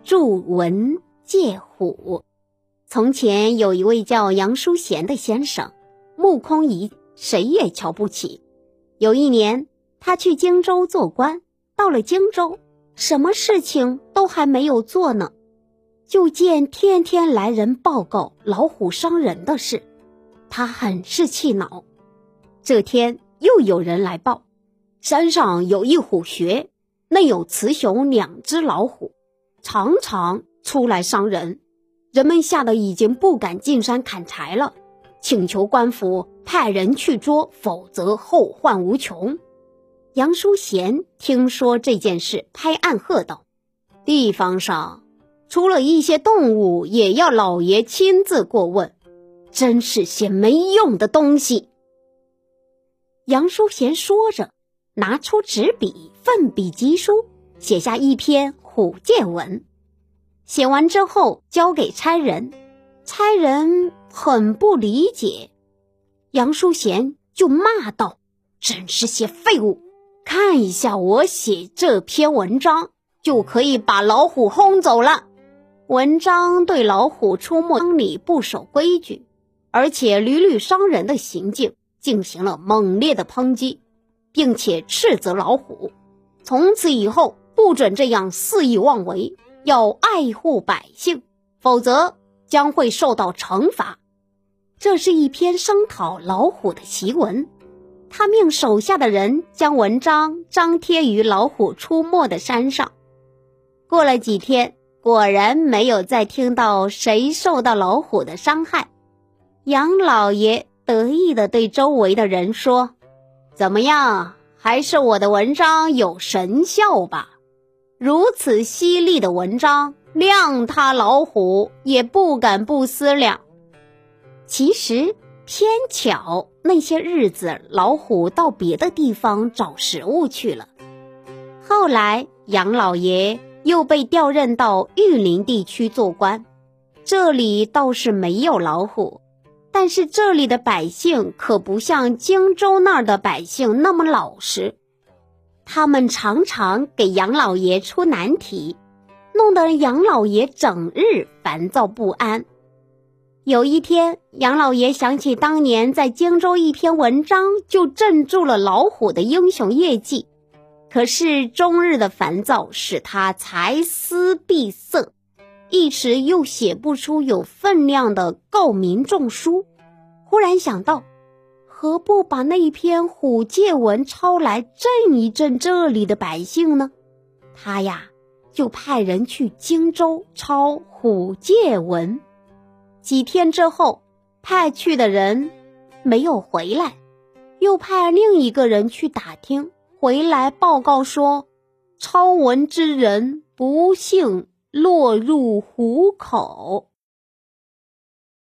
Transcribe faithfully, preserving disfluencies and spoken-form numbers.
著文戒虎。从前有一位叫杨淑贤的先生，目空一谁也瞧不起。有一年他去荆州做官，到了荆州，什么事情都还没有做呢，就见天天来人报告老虎伤人的事，他很是气恼。这天又有人来报，山上有一虎穴，内有雌雄两只老虎，常常出来伤人，人们吓得已经不敢进山砍柴了，请求官府派人去捉，否则后患无穷。杨淑贤听说这件事，拍案喝道：地方上除了一些动物，也要老爷亲自过问，真是些没用的东西。杨淑贤说着，拿出纸笔，奋笔疾书，写下一篇虎戒文。写完之后交给差人，差人很不理解，杨淑贤就骂道：真是些废物，看一下我写这篇文章，就可以把老虎轰走了。文章对老虎出没乡里不守规矩，而且屡屡伤人的行径进行了猛烈的抨击，并且斥责老虎，从此以后不准这样肆意妄为，要爱护百姓，否则将会受到惩罚。这是一篇声讨老虎的檄文，他命手下的人将文章张贴于老虎出没的山上。过了几天，果然没有再听到谁受到老虎的伤害。杨老爷得意地对周围的人说：怎么样，还是我的文章有神效吧？如此犀利的文章，谅他老虎也不敢不思量。其实偏巧那些日子老虎到别的地方找食物去了。后来杨老爷又被调任到玉林地区做官，这里倒是没有老虎，但是这里的百姓可不像荆州那儿的百姓那么老实，他们常常给杨老爷出难题，弄得杨老爷整日烦躁不安。有一天，杨老爷想起当年在荆州一篇文章就镇住了老虎的英雄业绩，可是终日的烦躁使他才思闭塞，一时又写不出有分量的告民众书。忽然想到，何不把那篇虎戒文抄来震一震这里的百姓呢？他呀，就派人去荆州抄虎戒文。几天之后，派去的人没有回来，又派另一个人去打听，回来报告说，抄文之人不幸落入虎口。